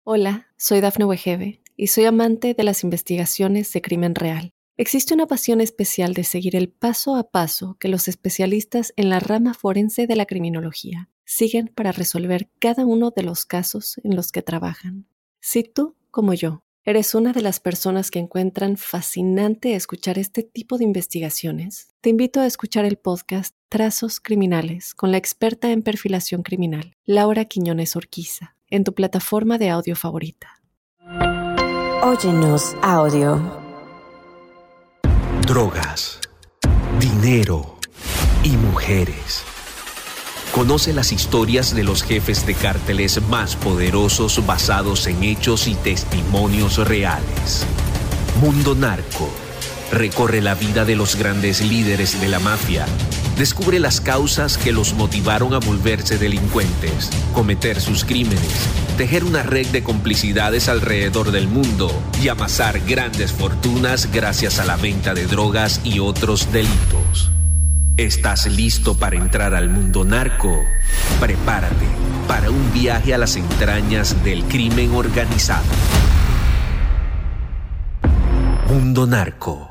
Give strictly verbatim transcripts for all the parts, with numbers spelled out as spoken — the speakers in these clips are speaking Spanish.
Hola, soy Dafne Wegebe y soy amante de las investigaciones de crimen real. Existe una pasión especial de seguir el paso a paso que los especialistas en la rama forense de la criminología siguen para resolver cada uno de los casos en los que trabajan. Si tú, como yo, eres una de las personas que encuentran fascinante escuchar este tipo de investigaciones, te invito a escuchar el podcast Trazos Criminales con la experta en perfilación criminal, Laura Quiñones Orquiza, en tu plataforma de audio favorita. Óyenos audio. Drogas, dinero y mujeres. Conoce las historias de los jefes de cárteles más poderosos basados en hechos y testimonios reales. Mundo Narco. Recorre la vida de los grandes líderes de la mafia. Descubre las causas que los motivaron a volverse delincuentes, cometer sus crímenes, tejer una red de complicidades alrededor del mundo y amasar grandes fortunas gracias a la venta de drogas y otros delitos. ¿Estás listo para entrar al mundo narco? Prepárate para un viaje a las entrañas del crimen organizado. Mundo Narco.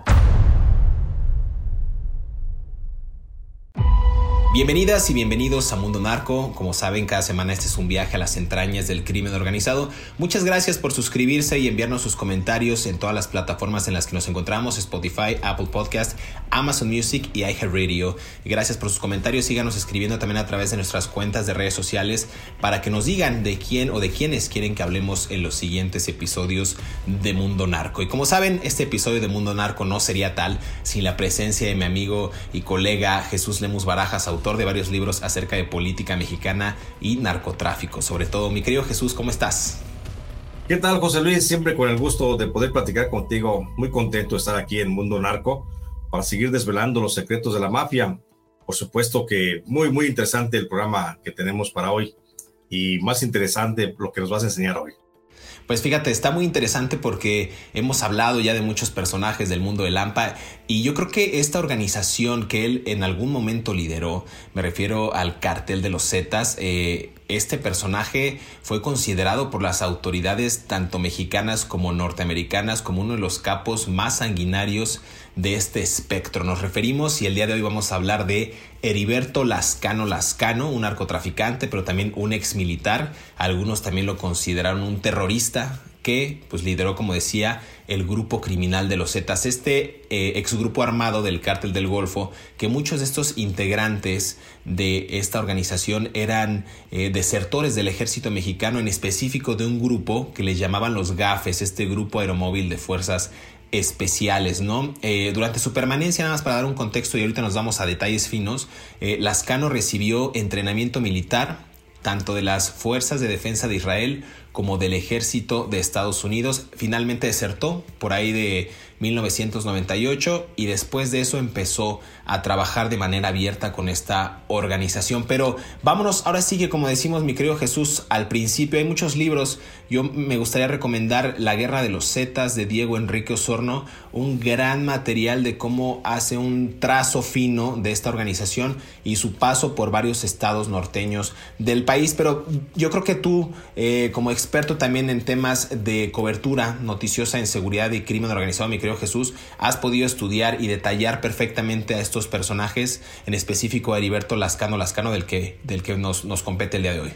Bienvenidas y bienvenidos a Mundo Narco. Como saben, cada semana este es un viaje a las entrañas del crimen organizado. Muchas gracias por suscribirse y enviarnos sus comentarios en todas las plataformas en las que nos encontramos: Spotify, Apple Podcast, Amazon Music y iHeartRadio. Gracias por sus comentarios. Síganos escribiendo también a través de nuestras cuentas de redes sociales para que nos digan de quién o de quiénes quieren que hablemos en los siguientes episodios de Mundo Narco. Y como saben, este episodio de Mundo Narco no sería tal sin la presencia de mi amigo y colega Jesús Lemus Barajas, autor de varios libros acerca de política mexicana y narcotráfico. Sobre todo, mi querido Jesús, ¿cómo estás? ¿Qué tal, José Luis? Siempre con el gusto de poder platicar contigo. Muy contento de estar aquí en Mundo Narco para seguir desvelando los secretos de la mafia. Por supuesto que muy, muy interesante el programa que tenemos para hoy y más interesante lo que nos vas a enseñar hoy. Pues fíjate, está muy interesante porque hemos hablado ya de muchos personajes del mundo del AMPA y yo creo que esta organización que él en algún momento lideró, me refiero al Cártel de los Zetas, eh, este personaje fue considerado por las autoridades tanto mexicanas como norteamericanas como uno de los capos más sanguinarios de este espectro. Nos referimos, y el día de hoy vamos a hablar de Heriberto Lascano Lascano, un narcotraficante, pero también un ex militar. Algunos también lo consideraron un terrorista que pues lideró, como decía, el grupo criminal de los Zetas, este eh, exgrupo armado del Cártel del Golfo, que muchos de estos integrantes de esta organización eran eh, desertores del ejército mexicano, en específico de un grupo que les llamaban los GAFES, este grupo aeromóvil de fuerzas especiales, ¿no? Eh, durante su permanencia, nada más para dar un contexto y ahorita nos vamos a detalles finos, eh, Lascano recibió entrenamiento militar tanto de las Fuerzas de Defensa de Israel como del Ejército de Estados Unidos. Finalmente desertó por ahí de mil novecientos noventa y ocho y después de eso empezó a trabajar de manera abierta con esta organización. Pero vámonos, ahora sí que, como decimos, mi querido Jesús, al principio hay muchos libros. Yo me gustaría recomendar La Guerra de los Zetas de Diego Enrique Osorno, un gran material de cómo hace un trazo fino de esta organización y su paso por varios estados norteños del país. Pero yo creo que tú, eh, como experto también en temas de cobertura noticiosa en seguridad y crimen organizado, mi querido Jesús, has podido estudiar y detallar perfectamente a estos personajes, en específico a Heriberto Lascano Lascano, del que, del que nos, nos compete el día de hoy.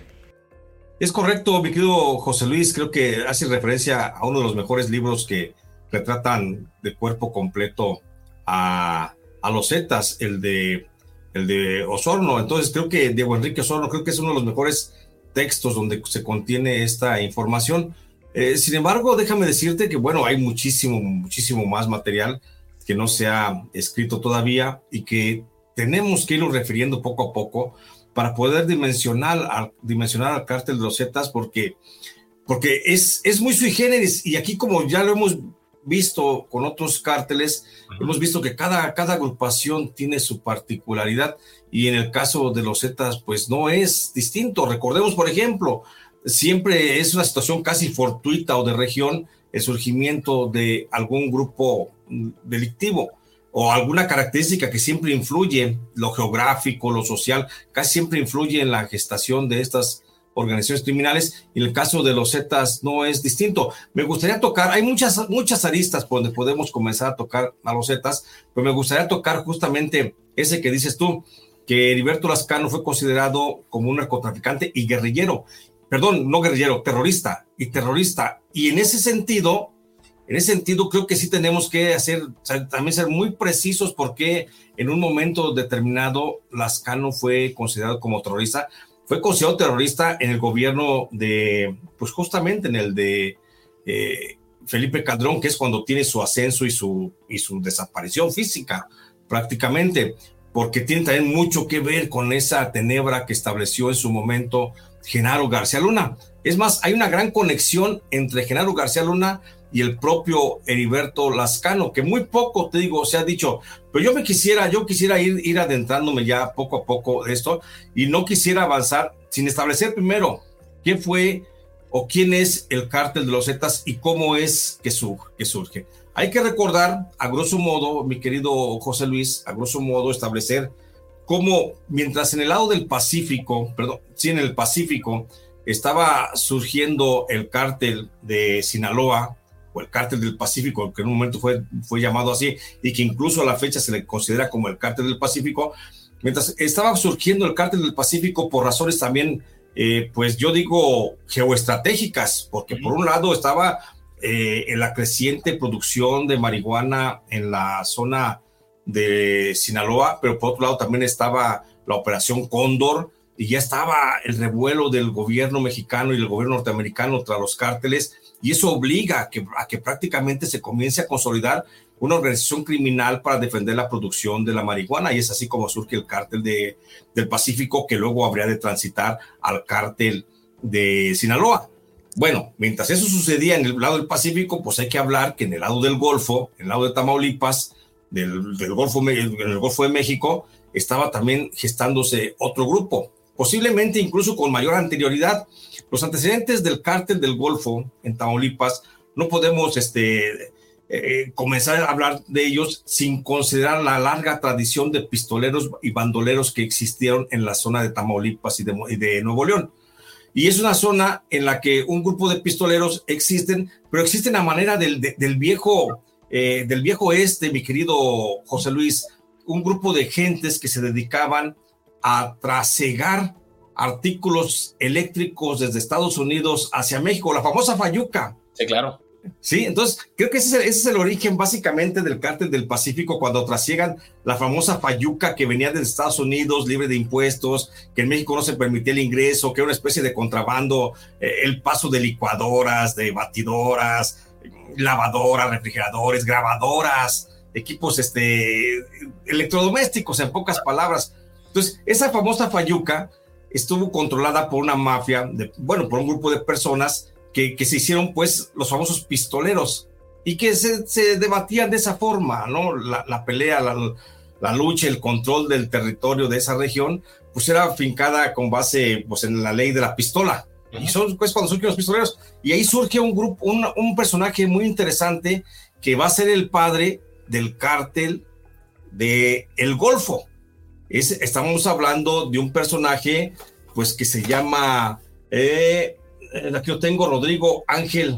Es correcto, mi querido José Luis. Creo que hace referencia a uno de los mejores libros que retratan de cuerpo completo a, a los Zetas, el de, el de Osorno. Entonces creo que Diego Enrique Osorno, creo que es uno de los mejores textos donde se contiene esta información. Eh, sin embargo, déjame decirte que, bueno, hay muchísimo, muchísimo más material que no se ha escrito todavía y que tenemos que irlo refiriendo poco a poco para poder dimensionar, a, dimensionar al Cártel de los Zetas, porque, porque es, es muy sui generis, y aquí, como ya lo hemos visto con otros cárteles, uh-huh. hemos visto que cada, cada agrupación tiene su particularidad, y en el caso de los Zetas, pues no es distinto. Recordemos, por ejemplo, siempre es una situación casi fortuita o de región el surgimiento de algún grupo delictivo o alguna característica que siempre influye, lo geográfico, lo social, casi siempre influye en la gestación de estas organizaciones criminales, y en el caso de los Zetas no es distinto. Me gustaría tocar, hay muchas, muchas aristas por donde podemos comenzar a tocar a los Zetas, pero me gustaría tocar justamente ese que dices tú, que Heriberto Lascano fue considerado como un narcotraficante y guerrillero, perdón, no guerrillero, terrorista, y terrorista, y en ese sentido, en ese sentido creo que sí tenemos que hacer, también ser muy precisos porque en un momento determinado Lascano fue considerado como terrorista. Fue considerado terrorista en el gobierno de, pues justamente en el de eh, Felipe Calderón, que es cuando tiene su ascenso y su, y su desaparición física, prácticamente, porque tiene también mucho que ver con esa tenebra que estableció en su momento Genaro García Luna. Es más, hay una gran conexión entre Genaro García Luna y el propio Heriberto Lascano, que muy poco, te digo, se ha dicho, pero yo me quisiera, yo quisiera ir, ir adentrándome ya poco a poco de esto, y no quisiera avanzar sin establecer primero quién fue o quién es el cártel de los Zetas y cómo es que, su, que surge. Hay que recordar, a grosso modo, mi querido José Luis, a grosso modo establecer cómo, mientras en el lado del Pacífico, perdón, sí, en el Pacífico, estaba surgiendo el cártel de Sinaloa, o el cártel del Pacífico, que en un momento fue, fue llamado así, y que incluso a la fecha se le considera como el cártel del Pacífico, mientras estaba surgiendo el cártel del Pacífico por razones también, eh, pues yo digo, geoestratégicas, porque por un lado estaba eh, en la creciente producción de marihuana en la zona de Sinaloa, pero por otro lado también estaba la Operación Cóndor, y ya estaba el revuelo del gobierno mexicano y del gobierno norteamericano tras los cárteles, y eso obliga a que, a que prácticamente se comience a consolidar una organización criminal para defender la producción de la marihuana, y es así como surge el cártel de, del Pacífico, que luego habría de transitar al cártel de Sinaloa. Bueno, mientras eso sucedía en el lado del Pacífico, pues hay que hablar que en el lado del Golfo, en el lado de Tamaulipas, del, del Golfo, en el Golfo de México, estaba también gestándose otro grupo, posiblemente incluso con mayor anterioridad. Los antecedentes del cártel del Golfo en Tamaulipas no podemos este, eh, comenzar a hablar de ellos sin considerar la larga tradición de pistoleros y bandoleros que existieron en la zona de Tamaulipas y de, y de Nuevo León. Y es una zona en la que un grupo de pistoleros existen, pero existen a manera del, de, del, viejo, eh, del viejo oeste, mi querido José Luis, un grupo de gentes que se dedicaban a trasegar artículos eléctricos desde Estados Unidos hacia México, la famosa fayuca. Sí, claro. Sí, entonces creo que ese es, el, ese es el origen básicamente del cártel del Pacífico, cuando trasiegan la famosa fayuca que venía de Estados Unidos libre de impuestos, que en México no se permitía el ingreso, que era una especie de contrabando, eh, el paso de licuadoras, de batidoras, lavadoras, refrigeradores, grabadoras, equipos este, electrodomésticos, en pocas palabras. Entonces, esa famosa fayuca estuvo controlada por una mafia, de, bueno, por un grupo de personas que, que se hicieron, pues, los famosos pistoleros, y que se, se debatían de esa forma, ¿no? La, la pelea, la, la lucha, el control del territorio de esa región, pues era afincada con base, pues, en la ley de la pistola. Uh-huh. Y son, pues, cuando surgen los pistoleros. Y ahí surge un grupo, un, un personaje muy interesante que va a ser el padre del cártel de El Golfo. Es, estamos hablando de un personaje, pues, que se llama, eh, aquí lo tengo, Rodrigo Ángel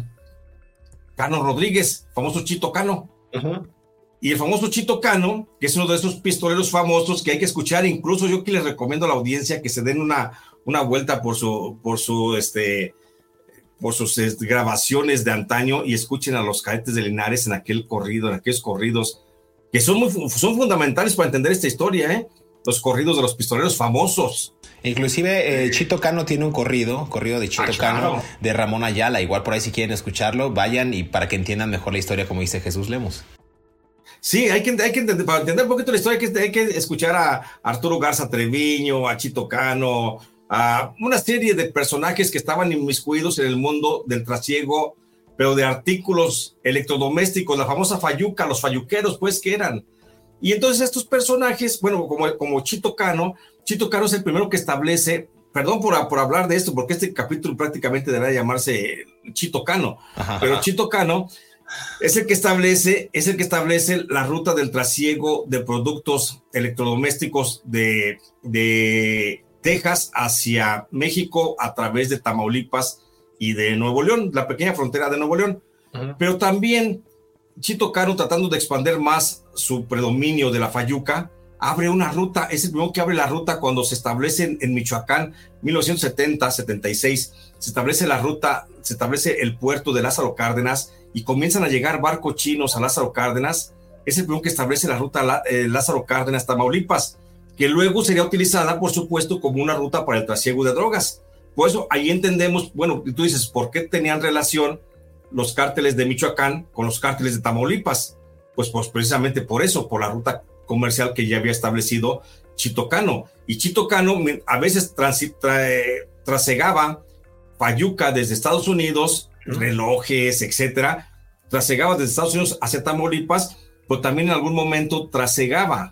Cano Rodríguez, famoso Chito Cano. Uh-huh. Y el famoso Chito Cano, que es uno de esos pistoleros famosos que hay que escuchar. Incluso yo que les recomiendo a la audiencia que se den una, una vuelta por su, por su, este, por sus este, grabaciones de antaño y escuchen a los Cadetes de Linares en aquel corrido, en aquellos corridos que son, muy, son fundamentales para entender esta historia, ¿eh? Los corridos de los pistoleros famosos. Inclusive eh, Chito Cano tiene un corrido, corrido de Chito ah, Cano, claro. de Ramón Ayala. Igual por ahí si quieren escucharlo, vayan y para que entiendan mejor la historia, como dice Jesús Lemos. Sí, hay que, hay que entender, para entender un poquito la historia, hay que, hay que escuchar a Arturo Garza Treviño, a Chito Cano, a una serie de personajes que estaban inmiscuidos en el mundo del trasiego, pero de artículos electrodomésticos, la famosa fayuca, los fayuqueros, pues, que eran. Y entonces estos personajes, bueno, como, como Chito Cano, Chito Cano es el primero que establece, perdón por, por hablar de esto, porque este capítulo prácticamente debería llamarse Chito Cano, ajá, pero Chito Cano es el que establece, es el que establece la ruta del trasiego de productos electrodomésticos de, de Texas hacia México a través de Tamaulipas y de Nuevo León, la pequeña frontera de Nuevo León. Uh-huh. Pero también Chito Cano, tratando de expandir más su predominio de la fayuca, abre una ruta, es el primero que abre la ruta cuando se establece en, en Michoacán, mil novecientos setenta, setenta y seis, se establece la ruta, se establece el puerto de Lázaro Cárdenas y comienzan a llegar barcos chinos a Lázaro Cárdenas. Es el primero que establece la ruta eh, Lázaro Cárdenas, Tamaulipas, que luego sería utilizada, por supuesto, como una ruta para el trasiego de drogas. Por eso ahí entendemos, bueno, tú dices, ¿por qué tenían relación los cárteles de Michoacán con los cárteles de Tamaulipas? Pues, pues precisamente por eso, por la ruta comercial que ya había establecido Chito Cano. Y Chito Cano a veces transi, tra, trasegaba fayuca desde Estados Unidos, relojes, etcétera, trasegaba desde Estados Unidos hacia Tamaulipas, pero también en algún momento trasegaba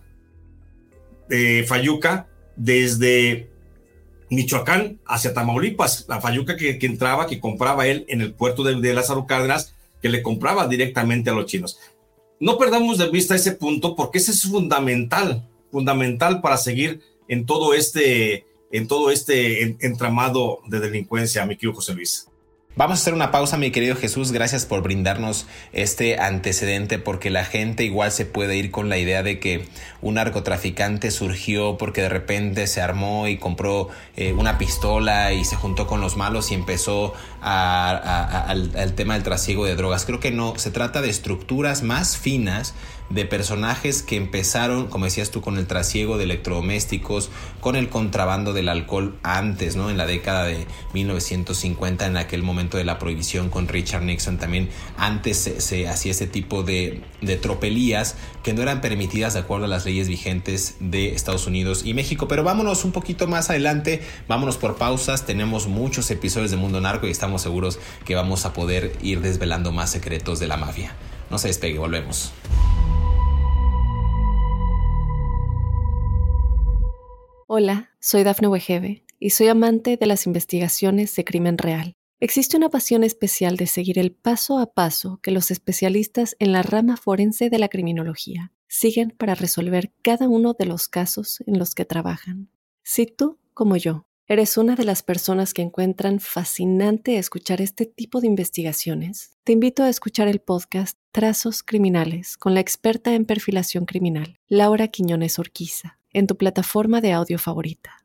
eh, fayuca desde Michoacán hacia Tamaulipas, la fayuca que, que entraba, que compraba él en el puerto de, de Lázaro Cárdenas, que le compraba directamente a los chinos. No perdamos de vista ese punto, porque ese es fundamental, fundamental para seguir en todo este, en todo este entramado de delincuencia, mi querido José Luis. Vamos a hacer una pausa, mi querido Jesús. Gracias por brindarnos este antecedente, porque la gente igual se puede ir con la idea de que un narcotraficante surgió porque de repente se armó y compró eh, una pistola y se juntó con los malos y empezó a, a, a, al, al tema del trasiego de drogas. Creo que no, se trata de estructuras más finas, de personajes que empezaron, como decías tú, con el trasiego de electrodomésticos, con el contrabando del alcohol antes, ¿no? En la década de mil novecientos cincuenta, en aquel momento de la prohibición con Richard Nixon, también antes se, se hacía ese tipo de, de tropelías que no eran permitidas de acuerdo a las leyes vigentes de Estados Unidos y México. Pero vámonos un poquito más adelante, vámonos por pausas. Tenemos muchos episodios de Mundo Narco y estamos seguros que vamos a poder ir desvelando más secretos de la mafia. No se despegue, volvemos. Hola, soy Dafne Wegebe y soy amante de las investigaciones de crimen real. Existe una pasión especial de seguir el paso a paso que los especialistas en la rama forense de la criminología siguen para resolver cada uno de los casos en los que trabajan. Si tú, como yo, eres una de las personas que encuentran fascinante escuchar este tipo de investigaciones, te invito a escuchar el podcast Trazos Criminales con la experta en perfilación criminal, Laura Quiñones Orquiza, en tu plataforma de audio favorita.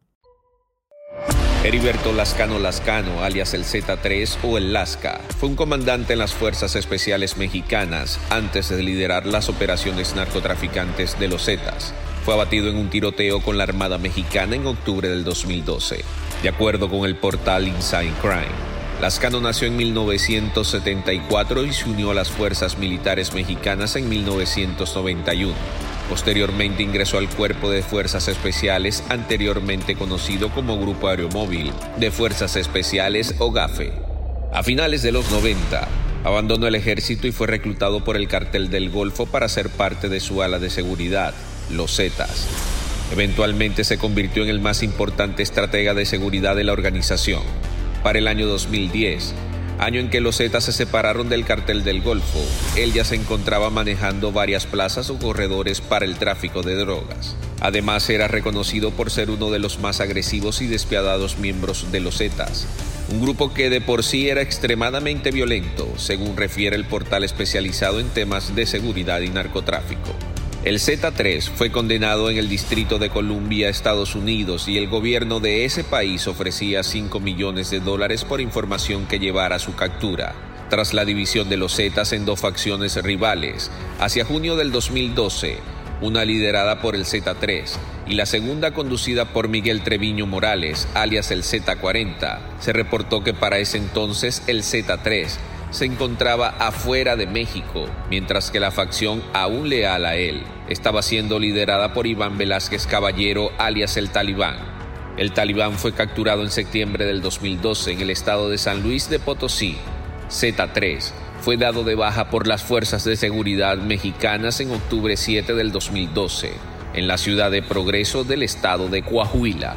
Heriberto Lascano Lascano, alias el Z tres o el Lasca, fue un comandante en las Fuerzas Especiales Mexicanas antes de liderar las operaciones narcotraficantes de los Zetas. Fue abatido en un tiroteo con la Armada Mexicana en octubre del dos mil doce. De acuerdo con el portal Inside Crime, Lascano nació en mil novecientos setenta y cuatro y se unió a las Fuerzas Militares Mexicanas en mil novecientos noventa y uno. Posteriormente ingresó al Cuerpo de Fuerzas Especiales, anteriormente conocido como Grupo Aeromóvil de Fuerzas Especiales o GAFE. A finales de los noventa, abandonó el ejército y fue reclutado por el Cartel del Golfo para ser parte de su ala de seguridad, los Zetas. Eventualmente se convirtió en el más importante estratega de seguridad de la organización. Para el año dos mil diez, año en que los Zetas se separaron del Cartel del Golfo, él ya se encontraba manejando varias plazas o corredores para el tráfico de drogas. Además, era reconocido por ser uno de los más agresivos y despiadados miembros de los Zetas, un grupo que de por sí era extremadamente violento, según refiere el portal especializado en temas de seguridad y narcotráfico. El Z tres fue condenado en el Distrito de Columbia, Estados Unidos, y el gobierno de ese país ofrecía cinco millones de dólares por información que llevara a su captura. Tras la división de los Zetas en dos facciones rivales, hacia junio del dos mil doce, una liderada por el Z tres y la segunda conducida por Miguel Treviño Morales, alias el Z cuarenta, se reportó que para ese entonces el Z tres se encontraba afuera de México, mientras que la facción aún leal a él estaba siendo liderada por Iván Velázquez Caballero, alias el Talibán. El Talibán fue capturado en septiembre del dos mil doce en el estado de San Luis de Potosí. Z tres fue dado de baja por las fuerzas de seguridad mexicanas en octubre siete del dos mil doce, en la ciudad de Progreso del estado de Coahuila.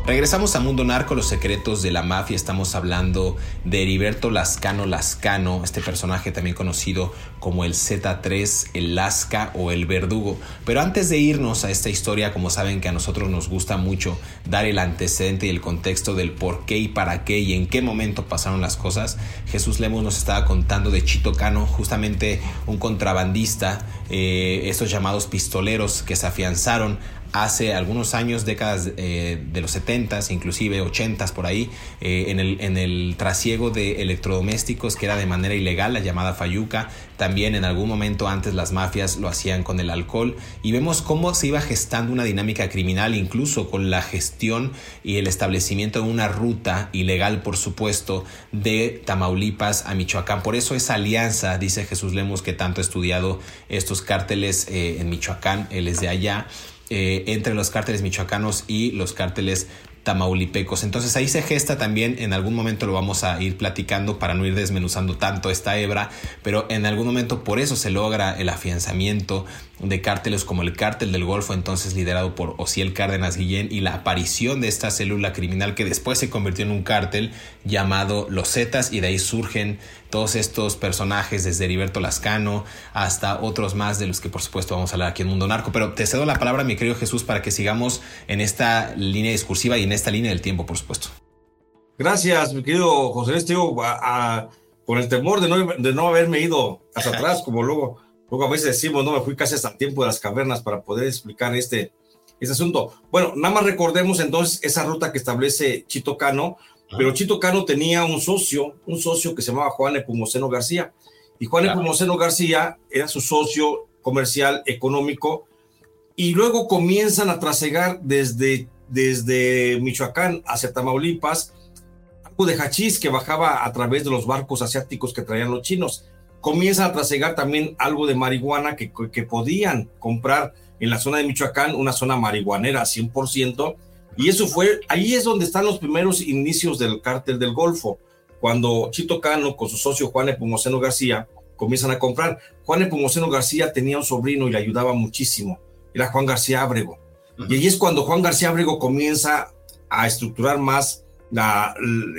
Regresamos a Mundo Narco, los secretos de la mafia. Estamos hablando de Heriberto Lascano Lascano, este personaje también conocido como el Z tres, el Lasca o el Verdugo. Pero antes de irnos a esta historia, como saben que a nosotros nos gusta mucho dar el antecedente y el contexto del por qué y para qué y en qué momento pasaron las cosas, Jesús Lemus nos estaba contando de Chito Cano, justamente un contrabandista, eh, estos llamados pistoleros que se afianzaron hace algunos años, décadas eh, de los setentas, inclusive ochentas por ahí, eh, en, el, en el trasiego de electrodomésticos, que era de manera ilegal, la llamada fayuca. También en algún momento antes las mafias lo hacían con el alcohol, y vemos cómo se iba gestando una dinámica criminal, incluso con la gestión y el establecimiento de una ruta ilegal, por supuesto, de Tamaulipas a Michoacán. Por eso esa alianza, dice Jesús Lemus, que tanto ha estudiado estos cárteles eh, en Michoacán, él es de allá, Eh, entre los cárteles michoacanos y los cárteles tamaulipecos. Entonces ahí se gesta también, en algún momento lo vamos a ir platicando para no ir desmenuzando tanto esta hebra, pero en algún momento por eso se logra el afianzamiento de cárteles como el Cártel del Golfo, entonces liderado por Osiel Cárdenas Guillén, y la aparición de esta célula criminal que después se convirtió en un cártel llamado Los Zetas, y de ahí surgen todos estos personajes, desde Heriberto Lascano hasta otros más de los que por supuesto vamos a hablar aquí en Mundo Narco. Pero te cedo la palabra, mi querido Jesús, para que sigamos en esta línea discursiva y en esta línea del tiempo, por supuesto. Gracias, mi querido José Luis, tío, a, a, con el temor de no, de no haberme ido hacia atrás, como luego, luego a veces decimos, no me fui casi hasta el tiempo de las cavernas para poder explicar este, este asunto. Bueno, nada más recordemos entonces esa ruta que establece Chito Cano, pero Chito Cano tenía un socio, un socio que se llamaba Juan Nepomuceno García, y Juan claro. Nepomuceno García era su socio comercial, económico, y luego comienzan a trasegar desde, desde Michoacán hacia Tamaulipas algo de hachís que bajaba a través de los barcos asiáticos que traían los chinos. Comienzan a trasegar también algo de marihuana que, que podían comprar en la zona de Michoacán, una zona marihuanera cien por ciento, y eso fue, ahí es donde están los primeros inicios del Cártel del Golfo, cuando Chito Cano con su socio Juan Nepomuceno García comienzan a comprar. Juan Nepomuceno García tenía un sobrino y le ayudaba muchísimo, era Juan García Ábrego, uh-huh. y ahí es cuando Juan García Ábrego comienza a estructurar más la,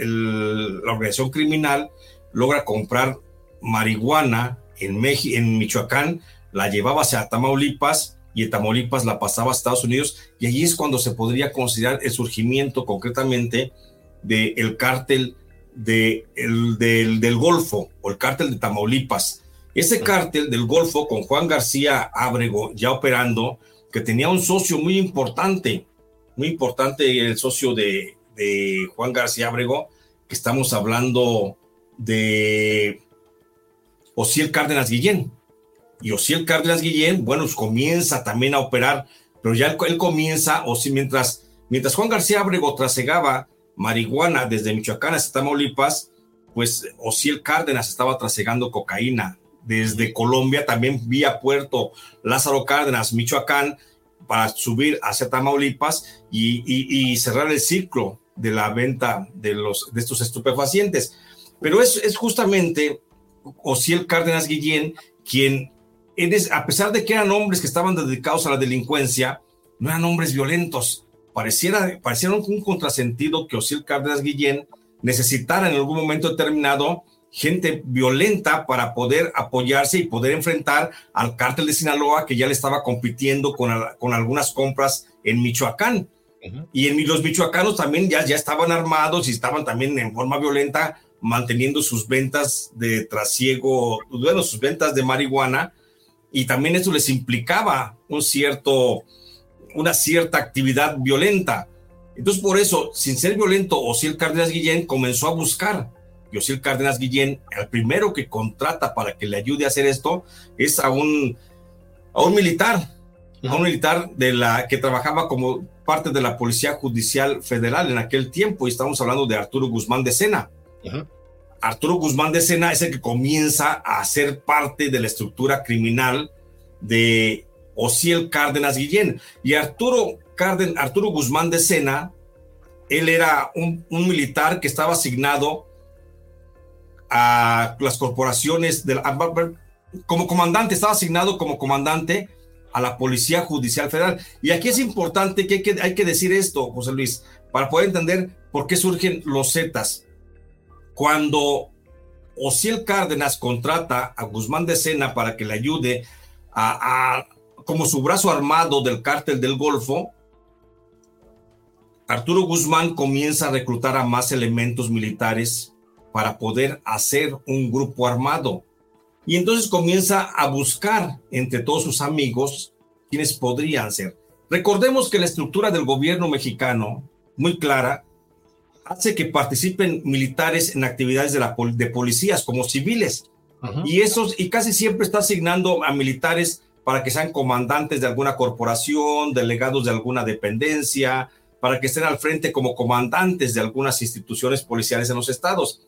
el, la organización criminal, logra comprar marihuana en, Meji, en Michoacán, la llevaba hacia Tamaulipas, y en Tamaulipas la pasaba a Estados Unidos, y allí es cuando se podría considerar el surgimiento concretamente del cártel de, el, del, del Golfo, o el cártel de Tamaulipas. Ese cártel del Golfo, con Juan García Ábrego ya operando, que tenía un socio muy importante, muy importante el socio de, de Juan García Ábrego, que estamos hablando de Osiel Cárdenas Guillén. Y Osiel Cárdenas Guillén, bueno, pues comienza también a operar, pero ya él, él comienza, o si mientras, mientras Juan García Ábrego trasegaba marihuana desde Michoacán hasta Tamaulipas, pues Osiel Cárdenas estaba trasegando cocaína desde Colombia, también vía Puerto Lázaro Cárdenas, Michoacán, para subir hacia Tamaulipas y, y, y cerrar el ciclo de la venta de, los, de estos estupefacientes. Pero es, es justamente Osiel Cárdenas Guillén quien, a pesar de que eran hombres que estaban dedicados a la delincuencia, no eran hombres violentos. Pareciera, pareciera un contrasentido que Osiel Cárdenas Guillén necesitara en algún momento determinado gente violenta para poder apoyarse y poder enfrentar al cártel de Sinaloa, que ya le estaba compitiendo con, con algunas compras en Michoacán. Uh-huh. Y en, los michoacanos también ya, ya estaban armados y estaban también en forma violenta manteniendo sus ventas de trasiego, bueno, sus ventas de marihuana, y también eso les implicaba un cierto, una cierta actividad violenta. Entonces, por eso, sin ser violento, Osiel Cárdenas Guillén comenzó a buscar, y Osiel Cárdenas Guillén, el primero que contrata para que le ayude a hacer esto, es a un, a un militar, uh-huh. a un militar de la, que trabajaba como parte de la Policía Judicial Federal en aquel tiempo, y estamos hablando de Arturo Guzmán de Sena. Uh-huh. Arturo Guzmán de Sena es el que comienza a ser parte de la estructura criminal de Osiel Cárdenas Guillén. Y Arturo, Carden, Arturo Guzmán de Sena, él era un, un militar que estaba asignado a las corporaciones, de la, como comandante, estaba asignado como comandante a la Policía Judicial Federal. Y aquí es importante que hay que, hay que decir esto, José Luis, para poder entender por qué surgen los Zetas. Cuando Osiel Cárdenas contrata a Guzmán de Sena para que le ayude a, a como su brazo armado del cártel del Golfo, Arturo Guzmán comienza a reclutar a más elementos militares para poder hacer un grupo armado. Y entonces comienza a buscar entre todos sus amigos quienes podrían ser. Recordemos que la estructura del gobierno mexicano, muy clara, hace que participen militares en actividades de, la, de policías como civiles. Uh-huh. Y, esos, y casi siempre está asignando a militares para que sean comandantes de alguna corporación, delegados de alguna dependencia, para que estén al frente como comandantes de algunas instituciones policiales en los estados.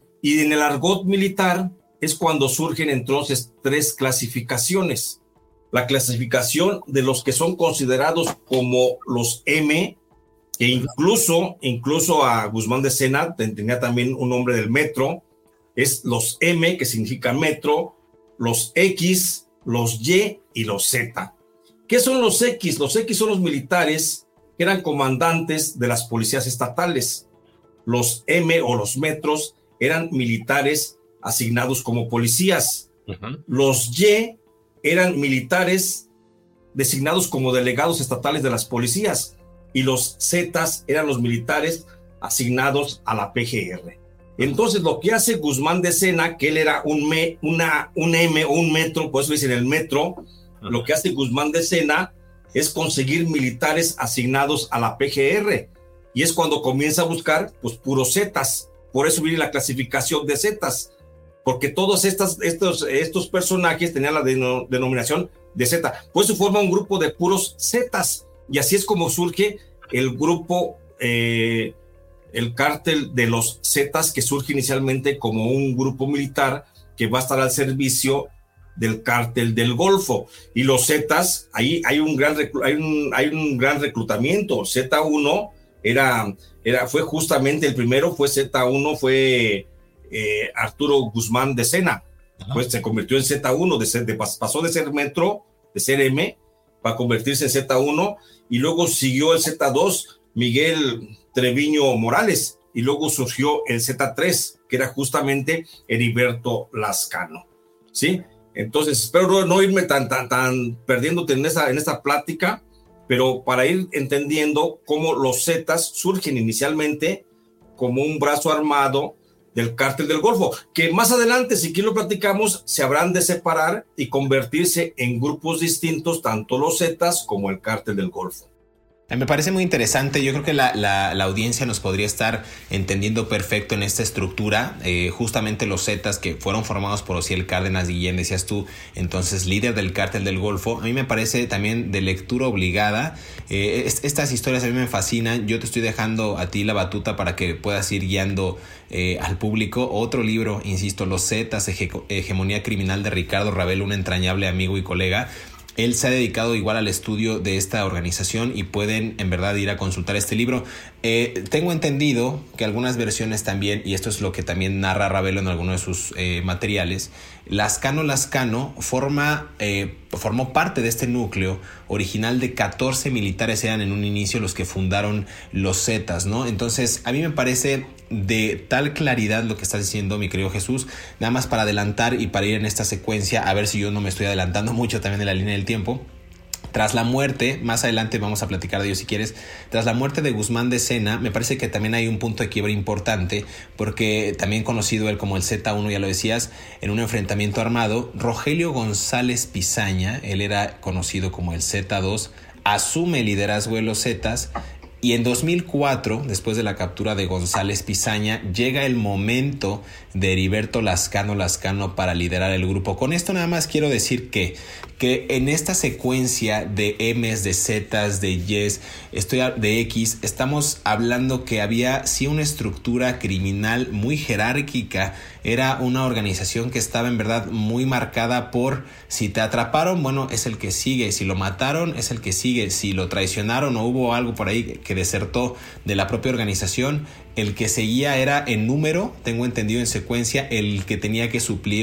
Y en el argot militar es cuando surgen entonces tres clasificaciones. La clasificación de los que son considerados como los M, que incluso, incluso a Guzmán de Sena tenía también un nombre del metro, es los M, que significa metro, los X, los Y y los Z. ¿Qué son los X? Los X son los militares que eran comandantes de las policías estatales. Los M o los metros eran militares asignados como policías. Uh-huh. Los Y eran militares designados como delegados estatales de las policías. Y los Zetas eran los militares asignados a la P G R. Entonces, lo que hace Guzmán de Sena, que él era un, me, una, un M o un metro, por eso dicen el metro, uh-huh. Lo que hace Guzmán de Sena es conseguir militares asignados a la P G R. Y es cuando comienza a buscar, pues, puros Zetas. Por eso viene la clasificación de Zetas, porque todos estas, estos, estos personajes tenían la denom- denominación de Z. Por eso forma un grupo de puros Zetas. Y así es como surge el grupo, eh, el cártel de los Zetas, que surge inicialmente como un grupo militar que va a estar al servicio del cártel del Golfo. Y los Zetas, ahí hay un gran, reclu- hay un, hay un gran reclutamiento. Z uno era, era, fue justamente el primero, fue Z uno, fue eh, Arturo Guzmán de Sena. Pues se convirtió en Z uno, de ser, de, pasó de ser metro, de ser M, para convertirse en Z uno, y luego siguió el Z dos, Miguel Treviño Morales, y luego surgió el Z tres, que era justamente Heriberto Lascano, ¿sí? Entonces, espero no, no irme tan, tan, tan perdiéndote en esta, en esta plática, pero para ir entendiendo cómo los Zetas surgen inicialmente como un brazo armado del cártel del Golfo, que más adelante, si aquí lo platicamos, se habrán de separar y convertirse en grupos distintos, tanto los Zetas como el cártel del Golfo. Me parece muy interesante. Yo creo que la, la, la audiencia nos podría estar entendiendo perfecto en esta estructura. Eh, justamente los Zetas, que fueron formados por Osiel Cárdenas Guillén, decías tú, entonces líder del cártel del Golfo. A mí me parece también de lectura obligada. Eh, est- estas historias a mí me fascinan. Yo te estoy dejando a ti la batuta para que puedas ir guiando eh, al público. Otro libro, insisto, Los Zetas, Hege- Hegemonía Criminal, de Ricardo Ravelo, un entrañable amigo y colega. Él se ha dedicado igual al estudio de esta organización y pueden en verdad ir a consultar este libro. Eh, tengo entendido que algunas versiones también, y esto es lo que también narra Ravelo en alguno de sus eh, materiales, Lascano Lascano forma, eh, formó parte de este núcleo original de catorce militares, eran en un inicio los que fundaron los Zetas, ¿no? Entonces, a mí me parece de tal claridad lo que estás diciendo, mi querido Jesús, nada más para adelantar y para ir en esta secuencia, a ver si yo no me estoy adelantando mucho también en la línea del tiempo. Tras la muerte, más adelante vamos a platicar de ello si quieres, tras la muerte de Guzmán de Sena, me parece que también hay un punto de quiebre importante, porque también conocido él como el Z uno, ya lo decías, en un enfrentamiento armado, Rogelio González Pizaña, él era conocido como el Z dos, asume el liderazgo de los Zetas. Y en dos mil cuatro, después de la captura de González Pizaña, llega el momento de Heriberto Lascano Lascano para liderar el grupo. Con esto nada más quiero decir que, que en esta secuencia de M's, de Z's, de Y's, estoy de X, estamos hablando que había sí una estructura criminal muy jerárquica. Era una organización que estaba en verdad muy marcada por si te atraparon, bueno, es el que sigue, si lo mataron, es el que sigue, si lo traicionaron o hubo algo por ahí que desertó de la propia organización, el que seguía era en número, tengo entendido en secuencia, el que tenía que suplir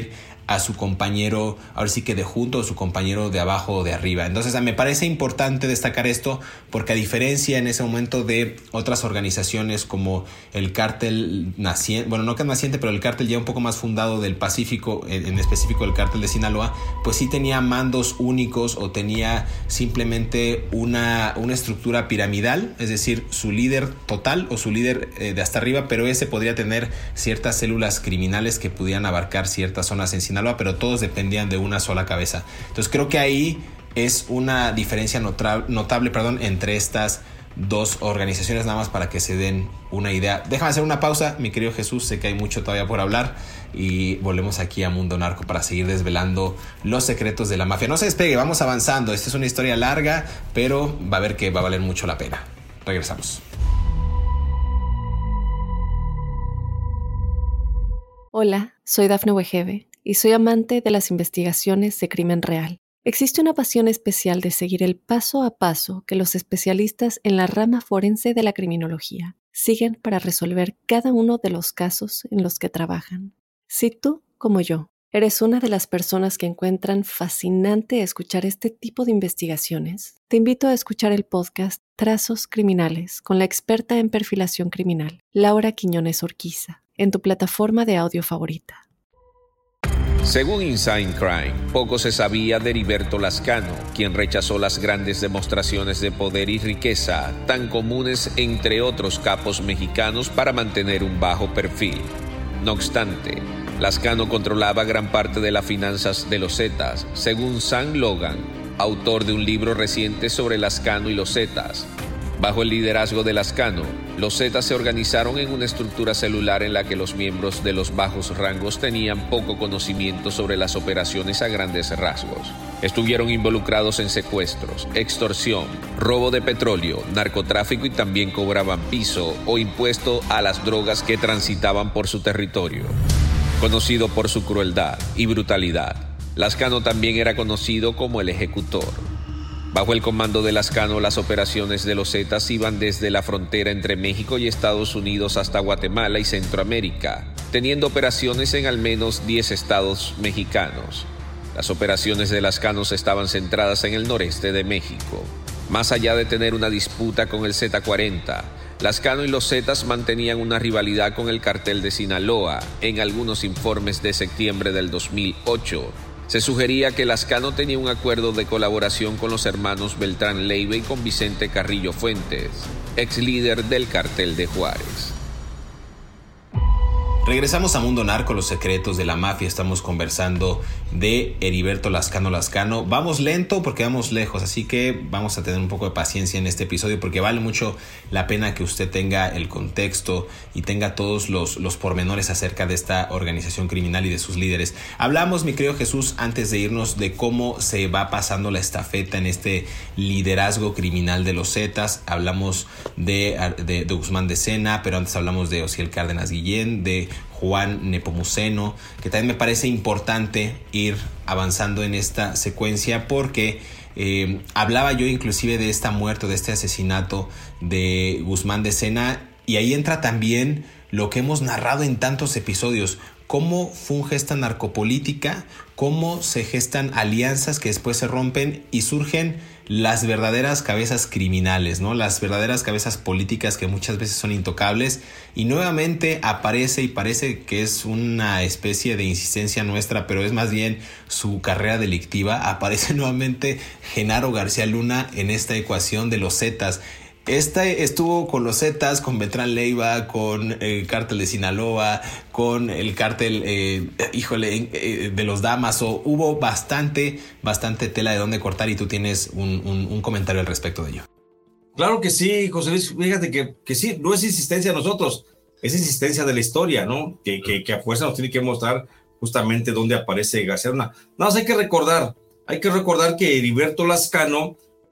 a su compañero, ahora sí que de junto, o su compañero de abajo o de arriba. Entonces me parece importante destacar esto porque a diferencia en ese momento de otras organizaciones como el cártel naciente, bueno, no que naciente, pero el cártel ya un poco más fundado del Pacífico, en específico el cártel de Sinaloa, pues sí tenía mandos únicos o tenía simplemente una, una estructura piramidal, es decir, su líder total o su líder eh, de hasta arriba, pero ese podría tener ciertas células criminales que pudieran abarcar ciertas zonas en Sinaloa, pero todos dependían de una sola cabeza. Entonces creo que ahí es una diferencia notable, notable perdón, entre estas dos organizaciones, nada más para que se den una idea. Déjame hacer una pausa, mi querido Jesús, sé que hay mucho todavía por hablar y volvemos aquí a Mundo Narco para seguir desvelando los secretos de la mafia. No se despegue, vamos avanzando. Esta es una historia larga, pero va a ver que va a valer mucho la pena. Regresamos. Hola, soy Dafne Wegebe y soy amante de las investigaciones de crimen real. Existe una pasión especial de seguir el paso a paso que los especialistas en la rama forense de la criminología siguen para resolver cada uno de los casos en los que trabajan. Si tú, como yo, eres una de las personas que encuentran fascinante escuchar este tipo de investigaciones, te invito a escuchar el podcast Trazos Criminales con la experta en perfilación criminal, Laura Quiñones Orquiza, en tu plataforma de audio favorita. Según Inside Crime, poco se sabía de Heriberto Lascano, quien rechazó las grandes demostraciones de poder y riqueza tan comunes entre otros capos mexicanos para mantener un bajo perfil. No obstante, Lascano controlaba gran parte de las finanzas de los Zetas, según Sam Logan, autor de un libro reciente sobre Lascano y los Zetas. Bajo el liderazgo de Lascano, los Zetas se organizaron en una estructura celular en la que los miembros de los bajos rangos tenían poco conocimiento sobre las operaciones a grandes rasgos. Estuvieron involucrados en secuestros, extorsión, robo de petróleo, narcotráfico y también cobraban piso o impuesto a las drogas que transitaban por su territorio. Conocido por su crueldad y brutalidad, Lascano también era conocido como el ejecutor. Bajo el comando de Lascano, las operaciones de los Zetas iban desde la frontera entre México y Estados Unidos hasta Guatemala y Centroamérica, teniendo operaciones en al menos diez estados mexicanos. Las operaciones de Lascano estaban centradas en el noreste de México. Más allá de tener una disputa con el Z cuarenta, Lascano y los Zetas mantenían una rivalidad con el cartel de Sinaloa. En algunos informes de septiembre del dos mil ocho, se sugería que Lascano tenía un acuerdo de colaboración con los hermanos Beltrán Leiva y con Vicente Carrillo Fuentes, ex líder del cartel de Juárez. Regresamos a Mundo Narco, los secretos de la mafia. Estamos conversando de Heriberto Lascano Lascano. Vamos lento porque vamos lejos, así que vamos a tener un poco de paciencia en este episodio porque vale mucho la pena que usted tenga el contexto y tenga todos los, los pormenores acerca de esta organización criminal y de sus líderes. Hablamos, mi querido Jesús, antes de irnos de cómo se va pasando la estafeta en este liderazgo criminal de los Zetas. Hablamos de, de, de Guzmán de Sena, pero antes hablamos de Osiel Cárdenas Guillén, de Juan Nepomuceno, que también me parece importante ir avanzando en esta secuencia porque eh, hablaba yo inclusive de esta muerte, de este asesinato de Guzmán de Sena, y ahí entra también lo que hemos narrado en tantos episodios, cómo funge esta narcopolítica, cómo se gestan alianzas que después se rompen y surgen las verdaderas cabezas criminales, ¿no? Las verdaderas cabezas políticas que muchas veces son intocables, y nuevamente aparece y parece que es una especie de insistencia nuestra, pero es más bien su carrera delictiva. Aparece nuevamente Genaro García Luna en esta ecuación de los Zetas. Este estuvo con los Zetas, con Beltrán Leiva, con el cártel de Sinaloa, con el cártel, eh, híjole, eh, de los Damaso. Hubo bastante, bastante tela de dónde cortar y tú tienes un, un, un comentario al respecto de ello. Claro que sí, José Luis. Fíjate que, que sí, no es insistencia de nosotros, es insistencia de la historia, ¿no? Que, que, que a fuerza nos tiene que mostrar justamente dónde aparece García Luna. Nada más hay que recordar, hay que recordar que Heriberto Lascano,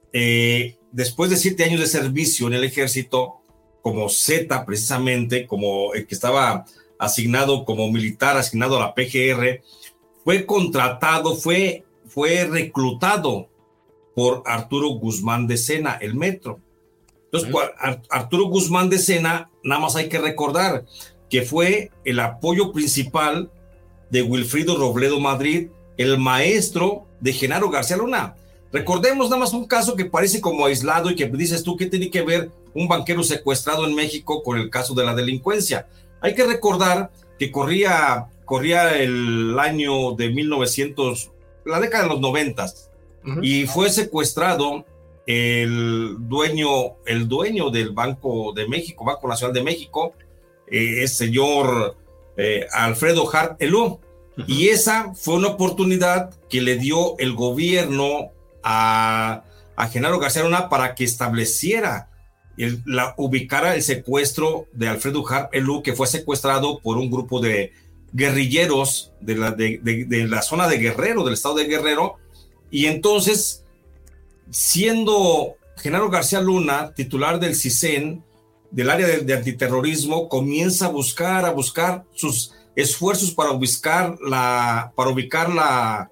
eh, después de siete años de servicio en el ejército, como Zeta precisamente, como el que estaba asignado como militar, asignado a la P G R, fue contratado, fue, fue reclutado por Arturo Guzmán de Sena, el Metro. Entonces, ¿sí? Arturo Guzmán de Sena, nada más hay que recordar que fue el apoyo principal de Wilfrido Robledo Madrid, el maestro de Genaro García Luna. Recordemos nada más un caso que parece como aislado y que dices tú, ¿qué tiene que ver un banquero secuestrado en México con el caso de la delincuencia? Hay que recordar que corría, corría el año de mil novecientos, la década de los noventas, uh-huh. y fue secuestrado el dueño, el dueño del Banco de México, Banco Nacional de México, eh, el señor eh, Alfredo Harp Elú, uh-huh. y esa fue una oportunidad que le dio el gobierno a, a Genaro García Luna para que estableciera, el, la, ubicara el secuestro de Alfredo Harp Elú, que fue secuestrado por un grupo de guerrilleros de la, de, de, de la zona de Guerrero, del estado de Guerrero, y entonces, siendo Genaro García Luna titular del CISEN, del área de, de antiterrorismo, comienza a buscar, a buscar sus esfuerzos para ubicar la, para ubicar la,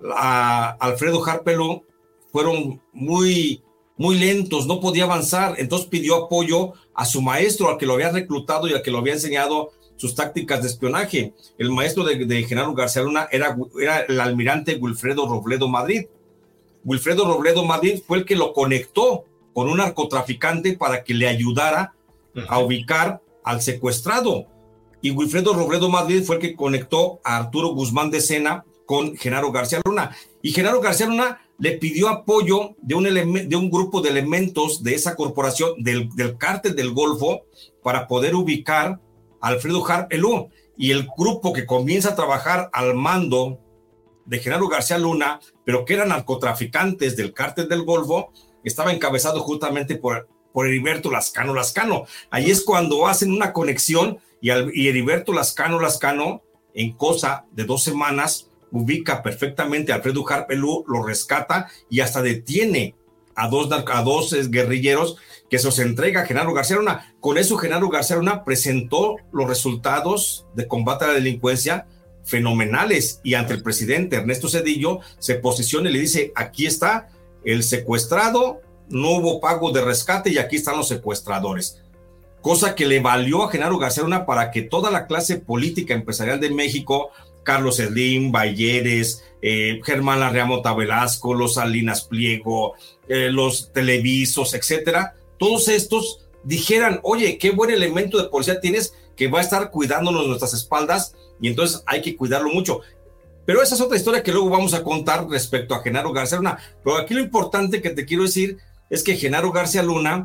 la Alfredo Harp Elú, fueron muy, muy lentos, no podía avanzar, entonces pidió apoyo a su maestro, al que lo había reclutado y al que lo había enseñado sus tácticas de espionaje. El maestro de, de Genaro García Luna era, era el almirante Wilfredo Robledo Madrid. Wilfredo Robledo Madrid fue el que lo conectó con un narcotraficante para que le ayudara uh-huh. a ubicar al secuestrado. Y Wilfredo Robledo Madrid fue el que conectó a Arturo Guzmán de Sena con Genaro García Luna. Y Genaro García Luna le pidió apoyo de un, eleme- de un grupo de elementos de esa corporación, del, del cártel del Golfo, para poder ubicar a Alfredo Harp Elú. Y el grupo que comienza a trabajar al mando de Genaro García Luna, pero que eran narcotraficantes del cártel del Golfo, estaba encabezado justamente por, por Heriberto Lascano Lascano. Ahí es cuando hacen una conexión y, al, y Heriberto Lascano Lascano, en cosa de dos semanas, ubica perfectamente a Alfredo Harp Elú, lo rescata y hasta detiene a dos, a dos guerrilleros que se los entrega a Genaro García Luna. Con eso Genaro García Luna presentó los resultados de combate a la delincuencia fenomenales, y ante el presidente Ernesto Zedillo se posiciona y le dice: aquí está el secuestrado, no hubo pago de rescate y aquí están los secuestradores, cosa que le valió a Genaro García Luna para que toda la clase política empresarial de México, Carlos Slim, Balleres, eh, Germán Larrea Mota Velasco, los Salinas Pliego, eh, los Televisos, etcétera, todos estos dijeran: oye, qué buen elemento de policía tienes que va a estar cuidándonos nuestras espaldas, y entonces hay que cuidarlo mucho. Pero esa es otra historia que luego vamos a contar respecto a Genaro García Luna. Pero aquí lo importante que te quiero decir es que Genaro García Luna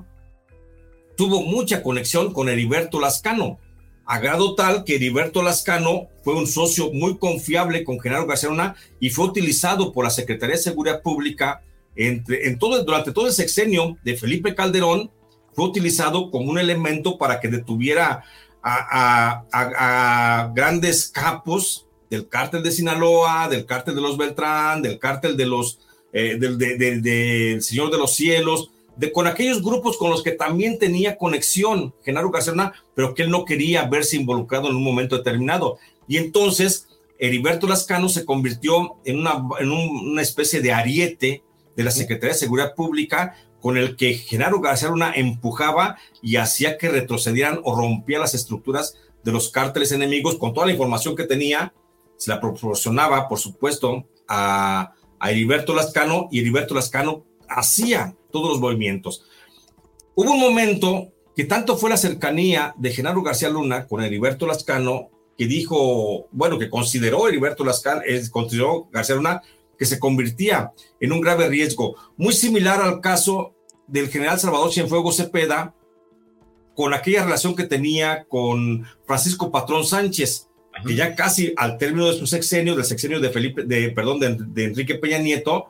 tuvo mucha conexión con Heriberto Lascano, a grado tal que Heriberto Lascano fue un socio muy confiable con Genaro García Luna y fue utilizado por la Secretaría de Seguridad Pública entre, en todo, durante todo el sexenio de Felipe Calderón. Fue utilizado como un elemento para que detuviera a, a, a, a grandes capos del cártel de Sinaloa, del cártel de los Beltrán, del cártel de los eh, del de, de, de, de Señor de los Cielos, de, con aquellos grupos con los que también tenía conexión Genaro García Luna, pero que él no quería verse involucrado en un momento determinado. Y entonces Heriberto Lascano se convirtió en una, en un, una especie de ariete de la Secretaría de Seguridad Pública, con el que Genaro García Luna empujaba y hacía que retrocedieran o rompía las estructuras de los cárteles enemigos. Con toda la información que tenía, se la proporcionaba, por supuesto, a, a Heriberto Lascano, y Heriberto Lascano hacía todos los movimientos. Hubo un momento que tanto fue la cercanía de Genaro García Luna con Heriberto Lascano, que dijo, bueno, que consideró Heriberto Lascano, eh, consideró García Luna que se convertía en un grave riesgo, muy similar al caso del general Salvador Cienfuegos Cepeda, con aquella relación que tenía con Francisco Patrón Sánchez, uh-huh. que ya casi al término de su sexenio, del sexenio de Felipe, de, perdón, de, de Enrique Peña Nieto,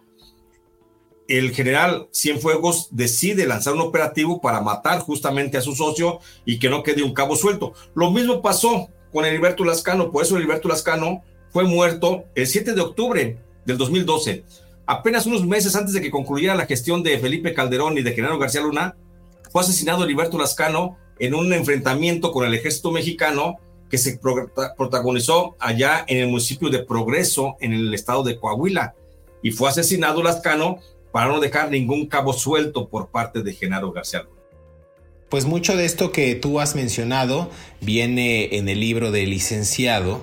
el general Cienfuegos decide lanzar un operativo para matar justamente a su socio y que no quede un cabo suelto. Lo mismo pasó con Heriberto Lascano, por eso Heriberto Lascano fue muerto el siete de octubre del dos mil doce. Apenas unos meses antes de que concluyera la gestión de Felipe Calderón y de Genaro García Luna, fue asesinado Heriberto Lascano en un enfrentamiento con el ejército mexicano que se pro- protagonizó allá en el municipio de Progreso, en el estado de Coahuila, y fue asesinado Lascano para no dejar ningún cabo suelto por parte de Genaro García Luna. Pues mucho de esto que tú has mencionado viene en el libro del licenciado,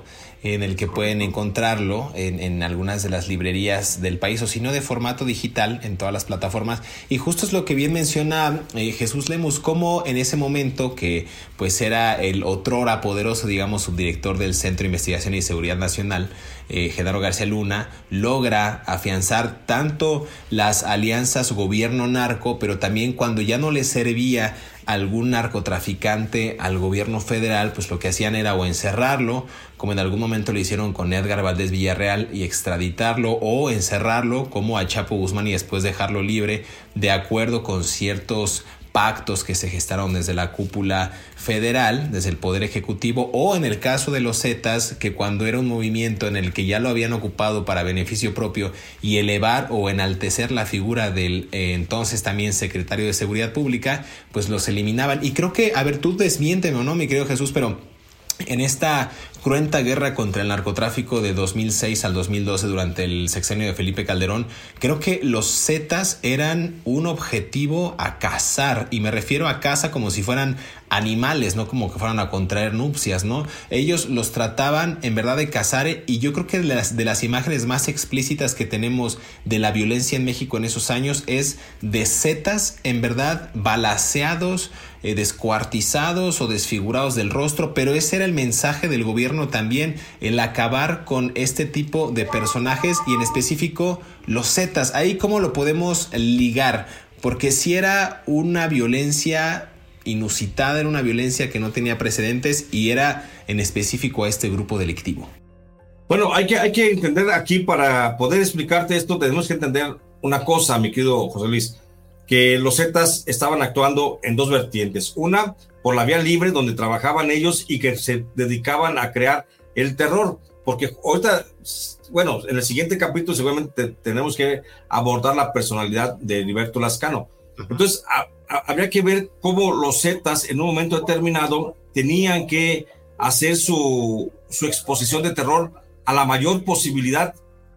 en el que pueden encontrarlo en, en algunas de las librerías del país, o si no de formato digital en todas las plataformas. Y justo es lo que bien menciona eh, Jesús Lemus, cómo en ese momento que pues era el otrora poderoso, digamos, subdirector del Centro de Investigación y Seguridad Nacional, eh, Genaro García Luna, logra afianzar tanto las alianzas gobierno-narco, pero también cuando ya no le servía algún narcotraficante al gobierno federal, pues lo que hacían era o encerrarlo, como en algún momento lo hicieron con Edgar Valdés Villarreal, y extraditarlo, o encerrarlo como a Chapo Guzmán y después dejarlo libre, de acuerdo con ciertos pactos que se gestaron desde la cúpula federal, desde el Poder Ejecutivo, o en el caso de los Zetas, que cuando era un movimiento en el que ya lo habían ocupado para beneficio propio y elevar o enaltecer la figura del eh, entonces también secretario de Seguridad Pública, pues los eliminaban. Y creo que, a ver, tú desmiénteme o no, mi querido Jesús, pero en esta cruenta guerra contra el narcotráfico de dos mil seis al dos mil doce durante el sexenio de Felipe Calderón, creo que los Zetas eran un objetivo a cazar, y me refiero a caza como si fueran animales, no como que fueran a contraer nupcias, ¿no? Ellos los trataban en verdad de cazar, y yo creo que de las, de las imágenes más explícitas que tenemos de la violencia en México en esos años es de Zetas en verdad balaceados, eh, descuartizados o desfigurados del rostro, pero ese era el mensaje del gobierno también, el acabar con este tipo de personajes, y en específico los Zetas. Ahí cómo lo podemos ligar, porque si era una violencia inusitada, era una violencia que no tenía precedentes y era en específico a este grupo delictivo. Bueno, hay que, hay que entender aquí, para poder explicarte esto, tenemos que entender una cosa, mi querido José Luis, que los Zetas estaban actuando en dos vertientes. Una, por la vía libre, donde trabajaban ellos y que se dedicaban a crear el terror, porque ahorita, bueno, en el siguiente capítulo seguramente tenemos que abordar la personalidad de Heriberto Lascano. Entonces, a, a, habría que ver cómo los Zetas en un momento determinado tenían que hacer su, su exposición de terror a la mayor posibilidad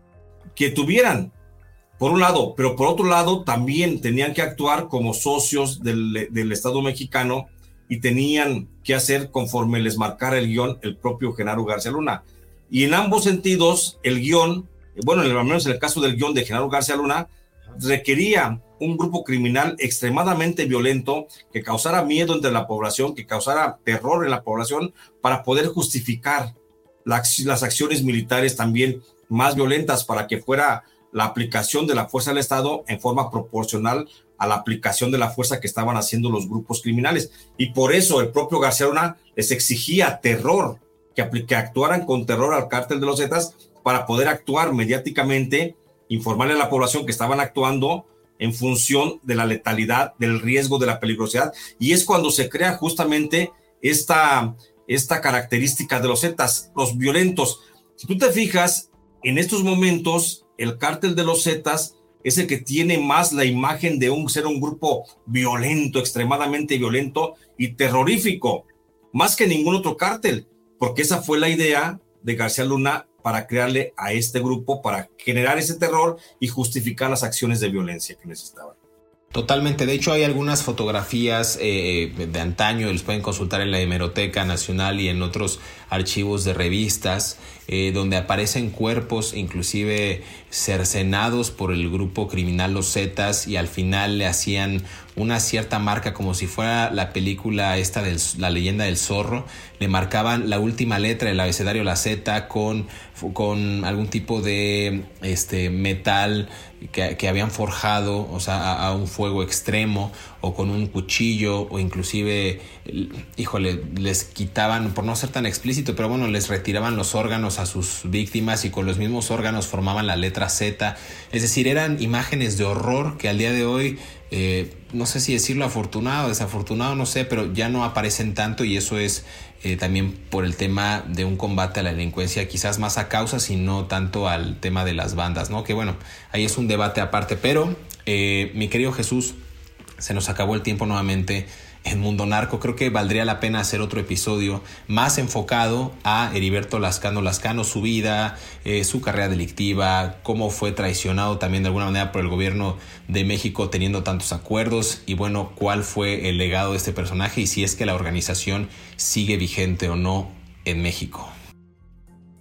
que tuvieran, por un lado, pero por otro lado también tenían que actuar como socios del, del Estado mexicano, y tenían que hacer conforme les marcara el guión el propio Genaro García Luna. Y en ambos sentidos, el guión, bueno, al menos en el caso del guión de Genaro García Luna, requería un grupo criminal extremadamente violento, que causara miedo entre la población, que causara terror en la población, para poder justificar la, las acciones militares también más violentas, para que fuera la aplicación de la fuerza del Estado en forma proporcional a la aplicación de la fuerza que estaban haciendo los grupos criminales. Y por eso el propio García Luna les exigía terror, que, que actuaran con terror al cártel de los Zetas, para poder actuar mediáticamente, informarle a la población que estaban actuando en función de la letalidad, del riesgo, de la peligrosidad. Y es cuando se crea justamente esta, esta característica de los Zetas, los violentos. Si tú te fijas, en estos momentos el cártel de los Zetas es el que tiene más la imagen de un ser un grupo violento, extremadamente violento y terrorífico, más que ningún otro cártel, porque esa fue la idea de García Luna para crearle a este grupo, para generar ese terror y justificar las acciones de violencia que necesitaban. Totalmente. De hecho, hay algunas fotografías eh, de antaño, los pueden consultar en la Hemeroteca Nacional y en otros archivos de revistas, eh, donde aparecen cuerpos inclusive cercenados por el grupo criminal Los Zetas, y al final le hacían una cierta marca, como si fuera la película esta de La Leyenda del Zorro. Le marcaban la última letra del abecedario, la Z, con, con algún tipo de este metal que, que habían forjado, o sea, a, a un fuego extremo, o con un cuchillo, o inclusive, híjole, les quitaban, por no ser tan explícito, pero bueno, les retiraban los órganos a sus víctimas, y con los mismos órganos formaban la letra Z. Es decir, eran imágenes de horror que al día de hoy, eh, no sé si decirlo afortunado o desafortunado, no sé, pero ya no aparecen tanto, y eso es eh, también por el tema de un combate a la delincuencia, quizás más a causas y no tanto al tema de las bandas, ¿no? Que bueno, ahí es un debate aparte, pero eh, mi querido Jesús, se nos acabó el tiempo nuevamente en Mundo Narco. Creo que valdría la pena hacer otro episodio más enfocado a Heriberto Lascano Lascano, su vida, eh, su carrera delictiva, cómo fue traicionado también de alguna manera por el gobierno de México teniendo tantos acuerdos, y bueno, cuál fue el legado de este personaje y si es que la organización sigue vigente o no en México.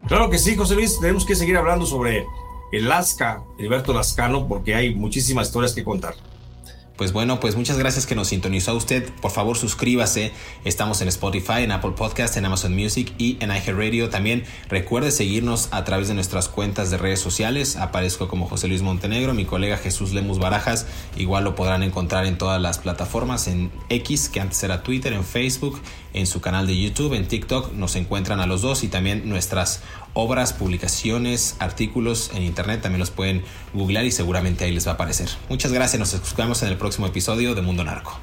Claro que sí, José Luis, tenemos que seguir hablando sobre el Lasca, Heriberto Lascano, porque hay muchísimas historias que contar. Pues bueno, pues muchas gracias que nos sintonizó a usted. Por favor, suscríbase. Estamos en Spotify, en Apple Podcast, en Amazon Music y en iHeartRadio. También recuerde seguirnos a través de nuestras cuentas de redes sociales. Aparezco como José Luis Montenegro, mi colega Jesús Lemus Barajas. Igual lo podrán encontrar en todas las plataformas, en X, que antes era Twitter, en Facebook, en su canal de YouTube, en TikTok. Nos encuentran a los dos, y también nuestras obras, publicaciones, artículos en internet también los pueden googlear y seguramente ahí les va a aparecer. Muchas gracias, nos escuchamos en el próximo episodio de Mundo Narco.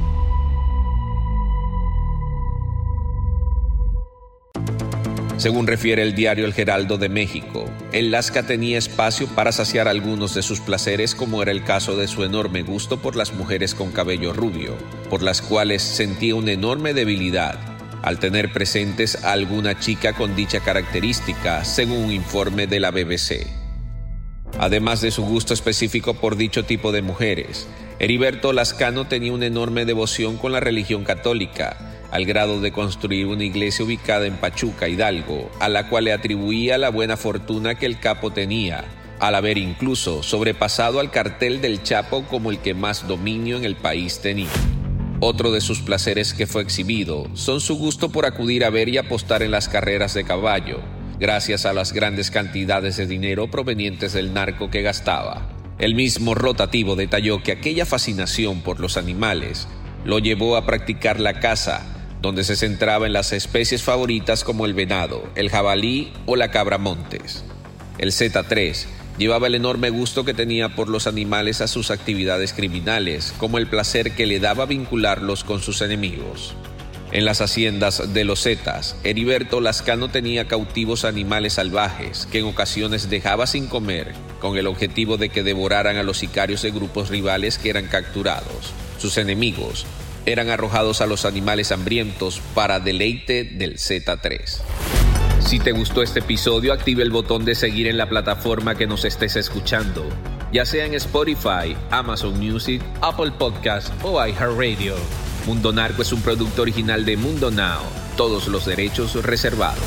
Según refiere el diario El Heraldo de México, el Lasca tenía espacio para saciar algunos de sus placeres, como era el caso de su enorme gusto por las mujeres con cabello rubio, por las cuales sentía una enorme debilidad al tener presentes a alguna chica con dicha característica, según un informe de la B B C. Además de su gusto específico por dicho tipo de mujeres, Heriberto Lascano tenía una enorme devoción con la religión católica, al grado de construir una iglesia ubicada en Pachuca, Hidalgo, a la cual le atribuía la buena fortuna que el capo tenía, al haber incluso sobrepasado al cartel del Chapo como el que más dominio en el país tenía. Otro de sus placeres que fue exhibido son su gusto por acudir a ver y apostar en las carreras de caballo, gracias a las grandes cantidades de dinero provenientes del narco que gastaba. El mismo Rotativo detalló que aquella fascinación por los animales lo llevó a practicar la caza, donde se centraba en las especies favoritas como el venado, el jabalí o la cabra montes. El Z tres llevaba el enorme gusto que tenía por los animales a sus actividades criminales, como el placer que le daba vincularlos con sus enemigos. En las haciendas de los Zetas, Heriberto Lascano tenía cautivos animales salvajes que en ocasiones dejaba sin comer, con el objetivo de que devoraran a los sicarios de grupos rivales que eran capturados. Sus enemigos eran arrojados a los animales hambrientos para deleite del Z tres. Si te gustó este episodio, activa el botón de seguir en la plataforma que nos estés escuchando, ya sea en Spotify, Amazon Music, Apple Podcast o iHeartRadio. Mundo Narco es un producto original de Mundo Now. Todos los derechos reservados.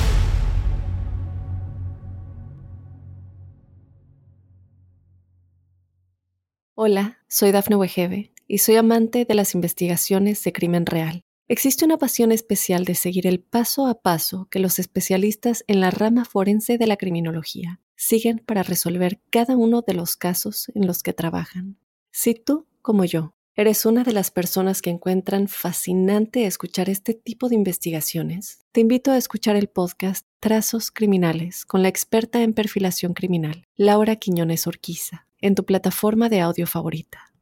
Hola, soy Dafne Wegebe y soy amante de las investigaciones de crimen real. Existe una pasión especial de seguir el paso a paso que los especialistas en la rama forense de la criminología siguen para resolver cada uno de los casos en los que trabajan. Si tú, como yo, eres una de las personas que encuentran fascinante escuchar este tipo de investigaciones, te invito a escuchar el podcast Trazos Criminales con la experta en perfilación criminal, Laura Quiñones Orquiza, en tu plataforma de audio favorita.